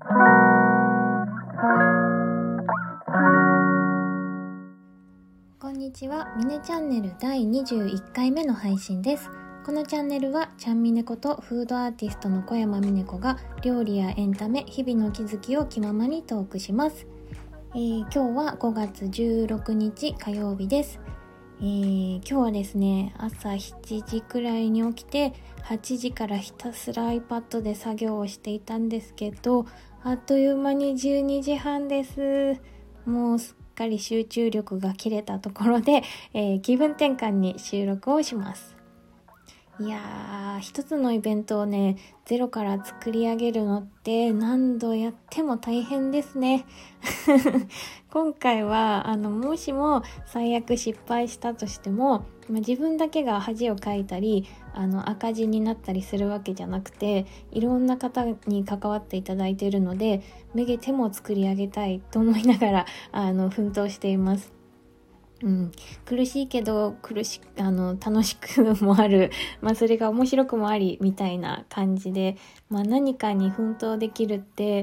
こんにちは、ミネチャンネル第21回目の配信です。このチャンネルはちゃんみねことフードアーティストの小山みね子が料理やエンタメ、日々の気づきを気ままにトークします。今日は5月16日火曜日です。今日はですね、朝7時くらいに起きて8時からひたすら iPad で作業をしていたんですけど、あっという間に12時半です。もうすっかり集中力が切れたところで、気分転換に収録をします。いやー、一つのイベントをね、ゼロから作り上げるのって何度やっても大変ですね。今回はもしも最悪失敗したとしても、自分だけが恥をかいたり赤字になったりするわけじゃなくて、いろんな方に関わっていただいているので、めげても作り上げたいと思いながら奮闘しています。苦しいけど楽しくもある、それが面白くもありみたいな感じで、何かに奮闘できるって、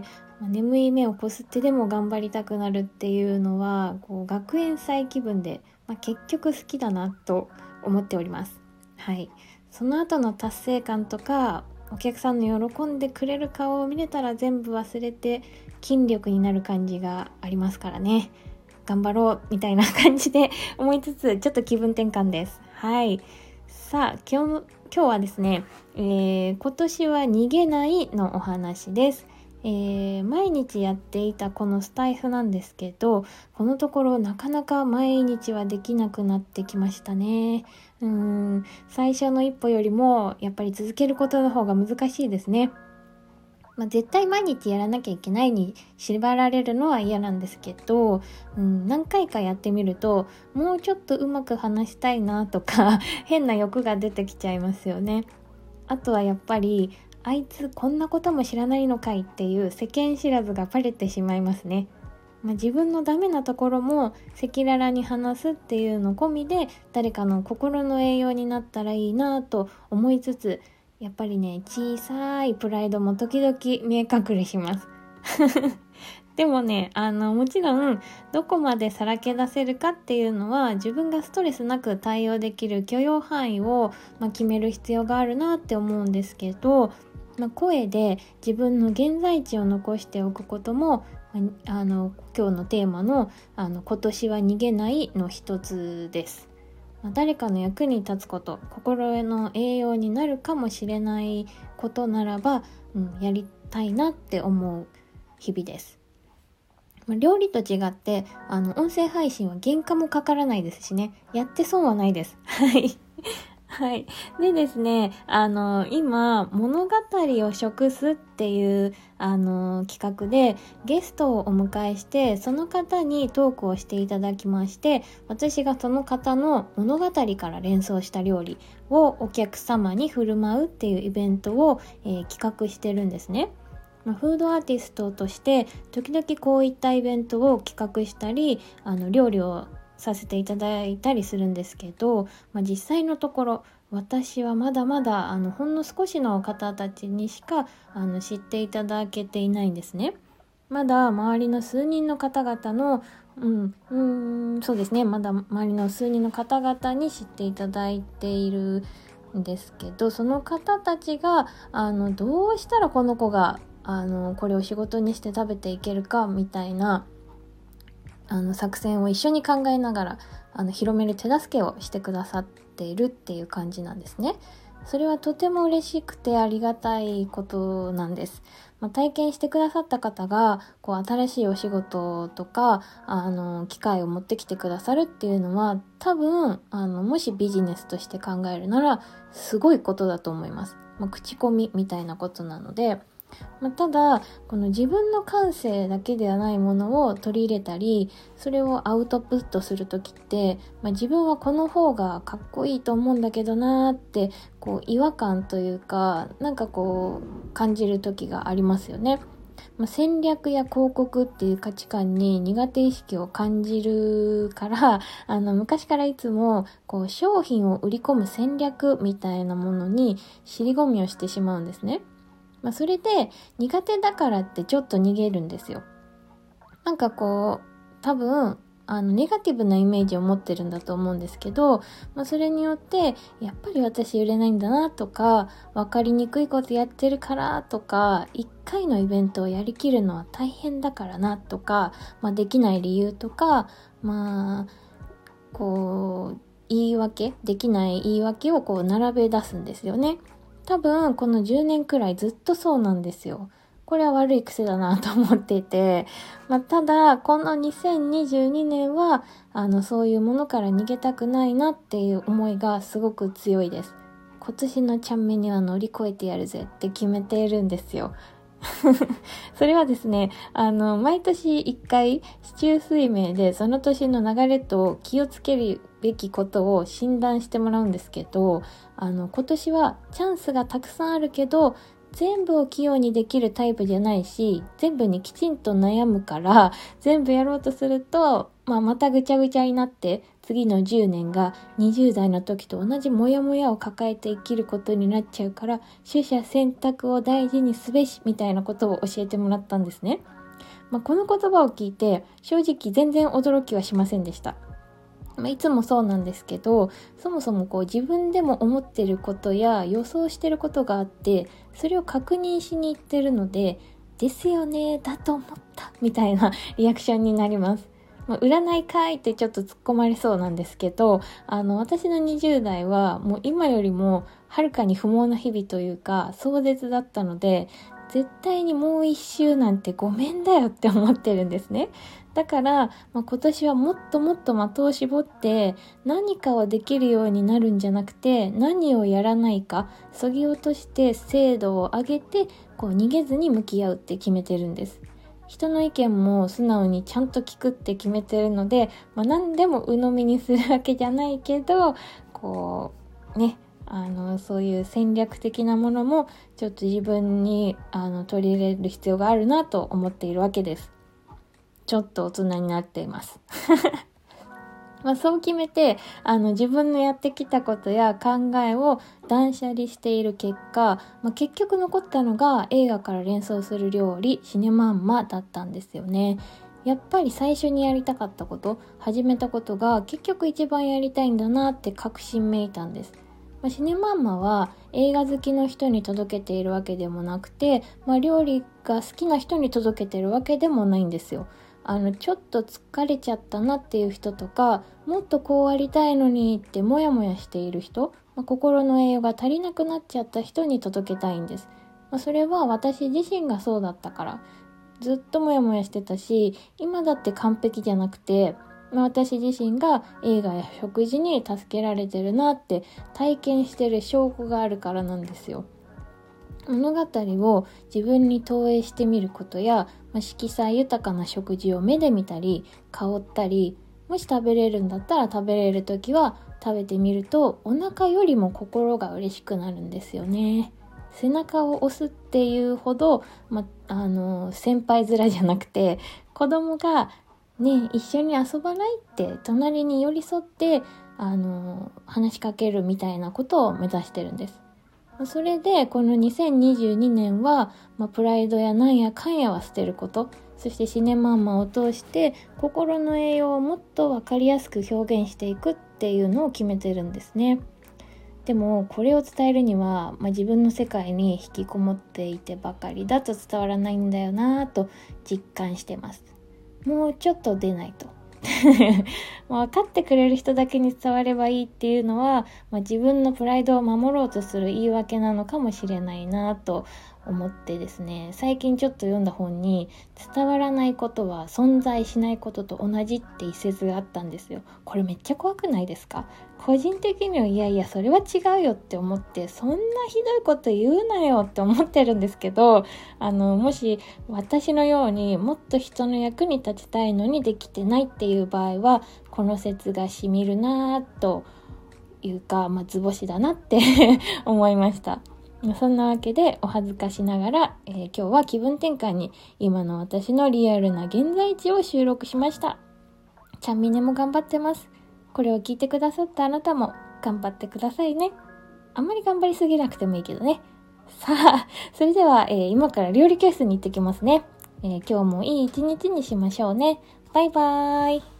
眠い目をこすってでも頑張りたくなるっていうのは学園祭気分で、結局好きだなと思っております。はい。その後の達成感とかお客さんの喜んでくれる顔を見れたら全部忘れて筋力になる感じがありますからね。頑張ろうみたいな感じで思いつつ、ちょっと気分転換です。はい。さあ、今日はですね、今年は逃げないのお話です。毎日やっていたこのスタイフなんですけど、このところなかなか毎日はできなくなってきましたね。最初の一歩よりもやっぱり続けることの方が難しいですね。絶対毎日やらなきゃいけないに縛られるのは嫌なんですけど、何回かやってみると、もうちょっとうまく話したいなとか変な欲が出てきちゃいますよね。あとはやっぱり、あいつこんなことも知らないのかいっていう世間知らずがバレてしまいますね。自分のダメなところも赤裸々に話すっていうの込みで、誰かの心の栄養になったらいいなと思いつつ、やっぱりね、小さいプライドも時々見え隠れします。でもね、もちろんどこまでさらけ出せるかっていうのは、自分がストレスなく対応できる許容範囲を、決める必要があるなって思うんですけど、声で自分の現在地を残しておくことも、今日のテーマの今年は逃げないの一つです。誰かの役に立つこと、心の栄養になるかもしれないことならば、やりたいなって思う日々です。料理と違って音声配信は原価もかからないですしね、やって損はないです。はいはい。でですね、今、物語を食すっていう、企画で、ゲストをお迎えして、その方にトークをしていただきまして、私がその方の物語から連想した料理をお客様に振る舞うっていうイベントを、企画してるんですね。フードアーティストとして、時々こういったイベントを企画したり、料理をさせていただいたりするんですけど、実際のところ私はまだまだほんの少しの方たちにしか知っていただけていないんですね。まだ周りの数人の方々のそうですね、まだ周りの数人の方々に知っていただいているんですけど、その方たちがどうしたらこの子がこれを仕事にして食べていけるかみたいな作戦を一緒に考えながら広める手助けをしてくださっているっていう感じなんですね。それはとても嬉しくてありがたいことなんです。体験してくださった方が新しいお仕事とか機会を持ってきてくださるっていうのは、多分もしビジネスとして考えるならすごいことだと思います。口コミみたいなことなので、ただこの自分の感性だけではないものを取り入れたり、それをアウトプットするときって、自分はこの方がかっこいいと思うんだけどなーって違和感というか感じるときがありますよね。戦略や広告っていう価値観に苦手意識を感じるから昔からいつも商品を売り込む戦略みたいなものに尻込みをしてしまうんですね。 それで苦手だからってちょっと逃げるんですよ。なんかこう多分ネガティブなイメージを持ってるんだと思うんですけど、それによってやっぱり私売れないんだなとか、分かりにくいことやってるからとか、1回のイベントをやりきるのは大変だからなとか、できない理由とか、こうできない言い訳をこう並べ出すんですよね。多分この10年くらいずっとそうなんですよ。これは悪い癖だなと思っていて、ただこの2022年はそういうものから逃げたくないなっていう思いがすごく強いです。今年のちゃんめには乗り越えてやるぜって決めているんですよ。それはですね、毎年1回市中水明でその年の流れと気をつけるべきことを診断してもらうんですけど、今年はチャンスがたくさんあるけど全部を器用にできるタイプじゃないし、全部にきちんと悩むから全部やろうとすると、またぐちゃぐちゃになって次の10年が20代の時と同じモヤモヤを抱えて生きることになっちゃうから、取捨選択を大事にすべしみたいなことを教えてもらったんですね。この言葉を聞いて正直全然驚きはしませんでした。いつもそうなんですけど、そもそもこう自分でも思ってることや予想してることがあって、それを確認しに行ってるので、ですよね、だと思ったみたいなリアクションになります。占いかいってちょっと突っ込まれそうなんですけど、私の20代はもう今よりもはるかに不毛な日々というか壮絶だったので、絶対にもう一周なんてごめんだよって思ってるんですね。だから、今年はもっともっと的を絞って何かをできるようになるんじゃなくて、何をやらないか削ぎ落として精度を上げてこう逃げずに向き合うって決めてるんです。人の意見も素直にちゃんと聞くって決めてるので、何でも鵜呑みにするわけじゃないけど、こうね、そういう戦略的なものもちょっと自分に取り入れる必要があるなと思っているわけです。ちょっと大人になっていますそう決めて自分のやってきたことや考えを断捨離している結果、結局残ったのが映画から連想する料理シネマンマだったんですよね。やっぱり最初にやりたかったこと、始めたことが結局一番やりたいんだなって確信めいたんです。シネマンマは映画好きの人に届けているわけでもなくて、料理が好きな人に届けているわけでもないんですよ。ちょっと疲れちゃったなっていう人とか、もっとこうありたいのにってモヤモヤしている人、心の栄養が足りなくなっちゃった人に届けたいんです。それは私自身がそうだったから、ずっとモヤモヤしてたし、今だって完璧じゃなくて、私自身が映画や食事に助けられてるなって体験してる証拠があるからなんですよ。物語を自分に投影してみることや、色彩豊かな食事を目で見たり香ったり、もし食べれるんだったら食べれるときは食べてみると、お腹よりも心が嬉しくなるんですよね。背中を押すっていうほど、先輩面じゃなくて、子供がね、一緒に遊ばないって隣に寄り添って話しかけるみたいなことを目指してるんです。それでこの2022年は、プライドやなんやかんやは捨てること、そしてシネマンマを通して心の栄養をもっと分かりやすく表現していくっていうのを決めてるんですね。でもこれを伝えるには、自分の世界に引きこもっていてばかりだと伝わらないんだよなぁと実感してます。もうちょっと出ないと分かってくれる人だけに伝わればいいっていうのは、自分のプライドを守ろうとする言い訳なのかもしれないなと思ってですね、最近ちょっと読んだ本に、伝わらないことは存在しないことと同じって一節があったんですよ。これめっちゃ怖くないですか？個人的にはいやそれは違うよって思って、そんなひどいこと言うなよって思ってるんですけど、もし私のようにもっと人の役に立ちたいのにできてないっていう場合は、この説がしみるなというか、図星だなって思いました。そんなわけでお恥ずかしながら、今日は気分転換に今の私のリアルな現在地を収録しました。ちゃんみねも頑張ってます。これを聞いてくださったあなたも頑張ってくださいね。あんまり頑張りすぎなくてもいいけどね。 さあ、それでは、今から料理教室に行ってきますね。今日もいい一日にしましょうね。バイバーイ。